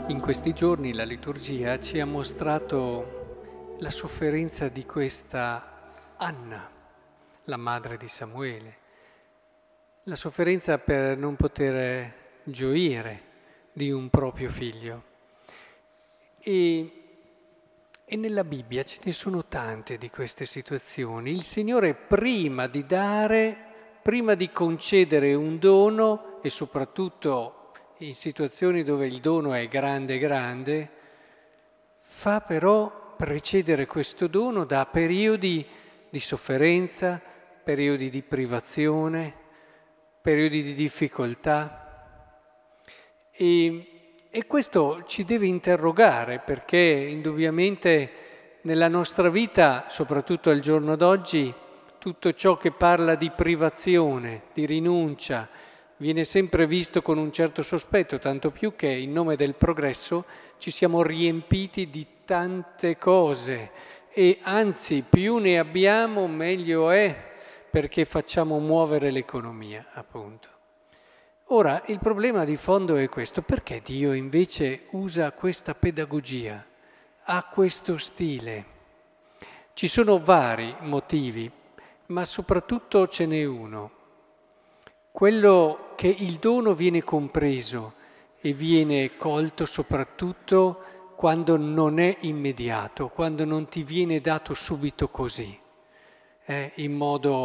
In questi giorni la liturgia ci ha mostrato la sofferenza di questa Anna, la madre di Samuele, la sofferenza per non poter gioire di un proprio figlio. E nella Bibbia ce ne sono tante di queste situazioni. Il Signore prima di dare, prima di concedere un dono, e soprattutto in situazioni dove il dono è grande grande, fa però precedere questo dono da periodi di sofferenza, periodi di privazione, periodi di difficoltà. E questo ci deve interrogare, perché indubbiamente nella nostra vita, soprattutto al giorno d'oggi, tutto ciò che parla di privazione, di rinuncia, viene sempre visto con un certo sospetto, tanto più che in nome del progresso ci siamo riempiti di tante cose e anzi più ne abbiamo meglio è, perché facciamo muovere l'economia, appunto. Ora, il problema di fondo è questo: perché Dio invece usa questa pedagogia, ha questo stile? Ci sono vari motivi, ma soprattutto ce n'è uno. Quello che il dono viene compreso e viene colto soprattutto quando non è immediato, quando non ti viene dato subito così, in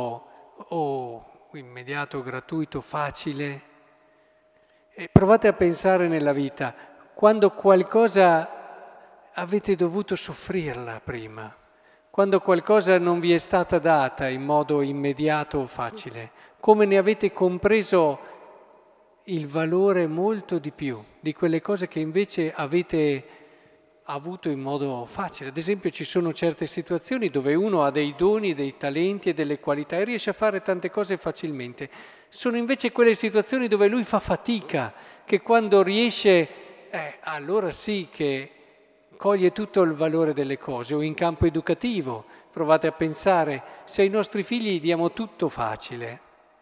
modo immediato, gratuito, facile. Provate a pensare nella vita, quando qualcosa avete dovuto soffrirla prima, quando qualcosa non vi è stata data in modo immediato o facile, come ne avete compreso il valore molto di più di quelle cose che invece avete avuto in modo facile. Ad esempio ci sono certe situazioni dove uno ha dei doni, dei talenti e delle qualità e riesce a fare tante cose facilmente. Sono invece quelle situazioni dove lui fa fatica, che quando riesce, allora sì che coglie tutto il valore delle cose. O in campo educativo, provate a pensare, se ai nostri figli diamo tutto facile,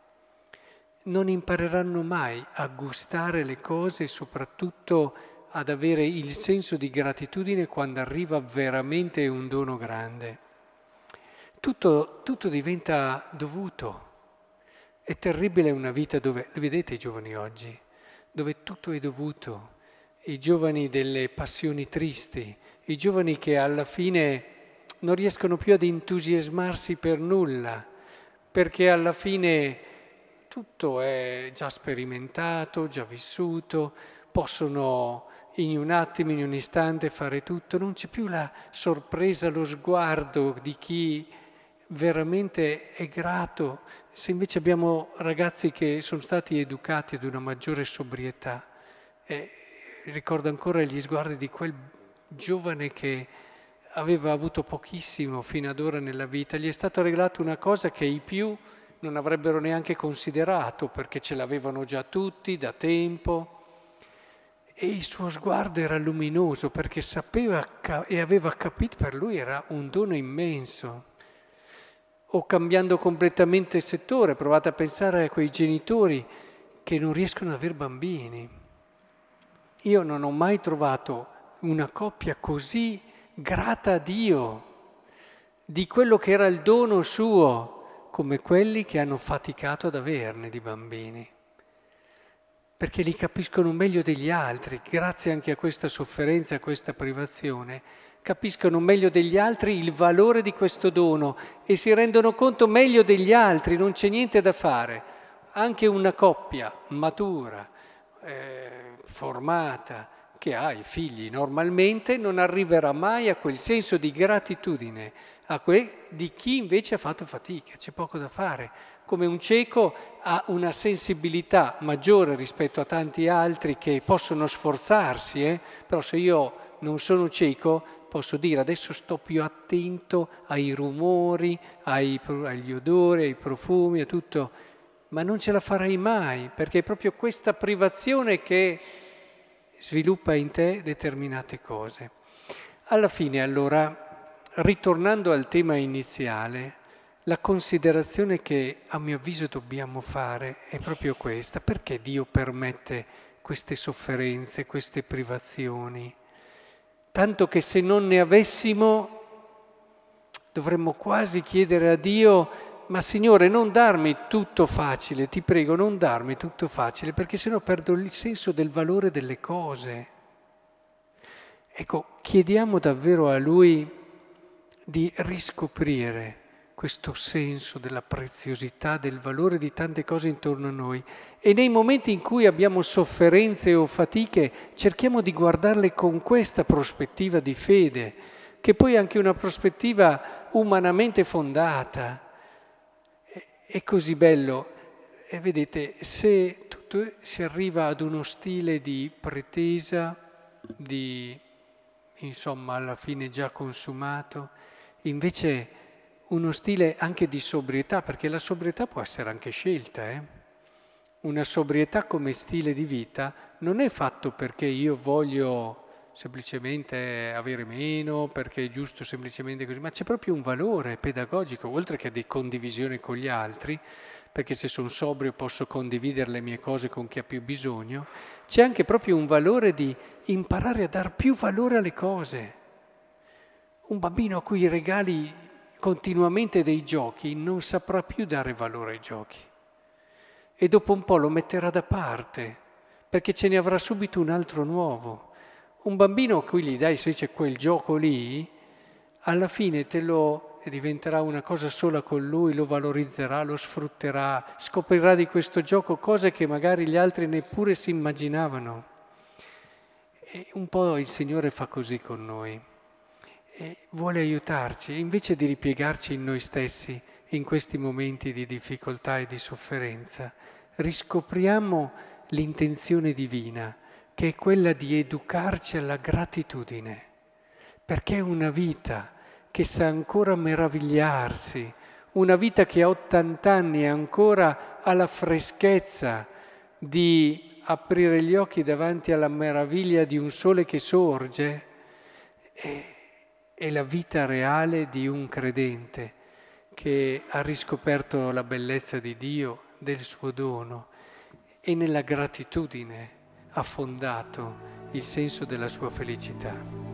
non impareranno mai a gustare le cose e soprattutto ad avere il senso di gratitudine quando arriva veramente un dono grande. Tutto diventa dovuto. È terribile una vita dove, vedete i giovani oggi, dove tutto è dovuto, i giovani delle passioni tristi, i giovani che alla fine non riescono più ad entusiasmarsi per nulla, perché alla fine tutto è già sperimentato, già vissuto, possono in un attimo, in un istante fare tutto, non c'è più la sorpresa, lo sguardo di chi veramente è grato. Se invece abbiamo ragazzi che sono stati educati ad una maggiore sobrietà, ricordo ancora gli sguardi di quel giovane che aveva avuto pochissimo fino ad ora nella vita, gli è stato regalato una cosa che i più non avrebbero neanche considerato, perché ce l'avevano già tutti da tempo, e il suo sguardo era luminoso perché sapeva e aveva capito, per lui era un dono immenso. O cambiando completamente settore, provate a pensare a quei genitori che non riescono ad avere bambini. Io non ho mai trovato una coppia così grata a Dio di quello che era il dono suo, come quelli che hanno faticato ad averne di bambini. Perché li capiscono meglio degli altri, grazie anche a questa sofferenza, a questa privazione, capiscono meglio degli altri il valore di questo dono e si rendono conto meglio degli altri, non c'è niente da fare. Anche una coppia matura, formata, che ha i figli normalmente, non arriverà mai a quel senso di gratitudine di chi invece ha fatto fatica, c'è poco da fare. Come un cieco ha una sensibilità maggiore rispetto a tanti altri che possono sforzarsi, però se io non sono cieco posso dire adesso sto più attento ai rumori, agli odori, ai profumi, a tutto, ma non ce la farei mai, perché è proprio questa privazione che sviluppa in te determinate cose. Alla fine, allora, ritornando al tema iniziale, la considerazione che a mio avviso dobbiamo fare è proprio questa: perché Dio permette queste sofferenze, queste privazioni, tanto che se non ne avessimo dovremmo quasi chiedere a Dio: ma Signore, non darmi tutto facile, ti prego, non darmi tutto facile, perché sennò perdo il senso del valore delle cose. Ecco, chiediamo davvero a Lui di riscoprire questo senso della preziosità, del valore di tante cose intorno a noi. E nei momenti in cui abbiamo sofferenze o fatiche, cerchiamo di guardarle con questa prospettiva di fede, che poi è anche una prospettiva umanamente fondata. È così bello. E vedete, se tutto si arriva ad uno stile di pretesa, di insomma alla fine già consumato, invece uno stile anche di sobrietà, perché la sobrietà può essere anche scelta, Una sobrietà come stile di vita non è fatto perché io voglio semplicemente avere meno, perché è giusto semplicemente così, ma c'è proprio un valore pedagogico, oltre che di condivisione con gli altri, perché se sono sobrio posso condividere le mie cose con chi ha più bisogno, c'è anche proprio un valore di imparare a dar più valore alle cose. Un bambino a cui regali continuamente dei giochi non saprà più dare valore ai giochi e dopo un po' lo metterà da parte perché ce ne avrà subito un altro nuovo. Un bambino a cui gli dai invece quel gioco lì, alla fine diventerà una cosa sola con lui, lo valorizzerà, lo sfrutterà, scoprirà di questo gioco cose che magari gli altri neppure si immaginavano. E un po' il Signore fa così con noi. E vuole aiutarci, e invece di ripiegarci in noi stessi in questi momenti di difficoltà e di sofferenza, riscopriamo l'intenzione divina, che è quella di educarci alla gratitudine, perché è una vita che sa ancora meravigliarsi, una vita che a 80 anni ancora ha la freschezza di aprire gli occhi davanti alla meraviglia di un sole che sorge, è la vita reale di un credente che ha riscoperto la bellezza di Dio, del suo dono, e nella gratitudine ha fondato il senso della sua felicità.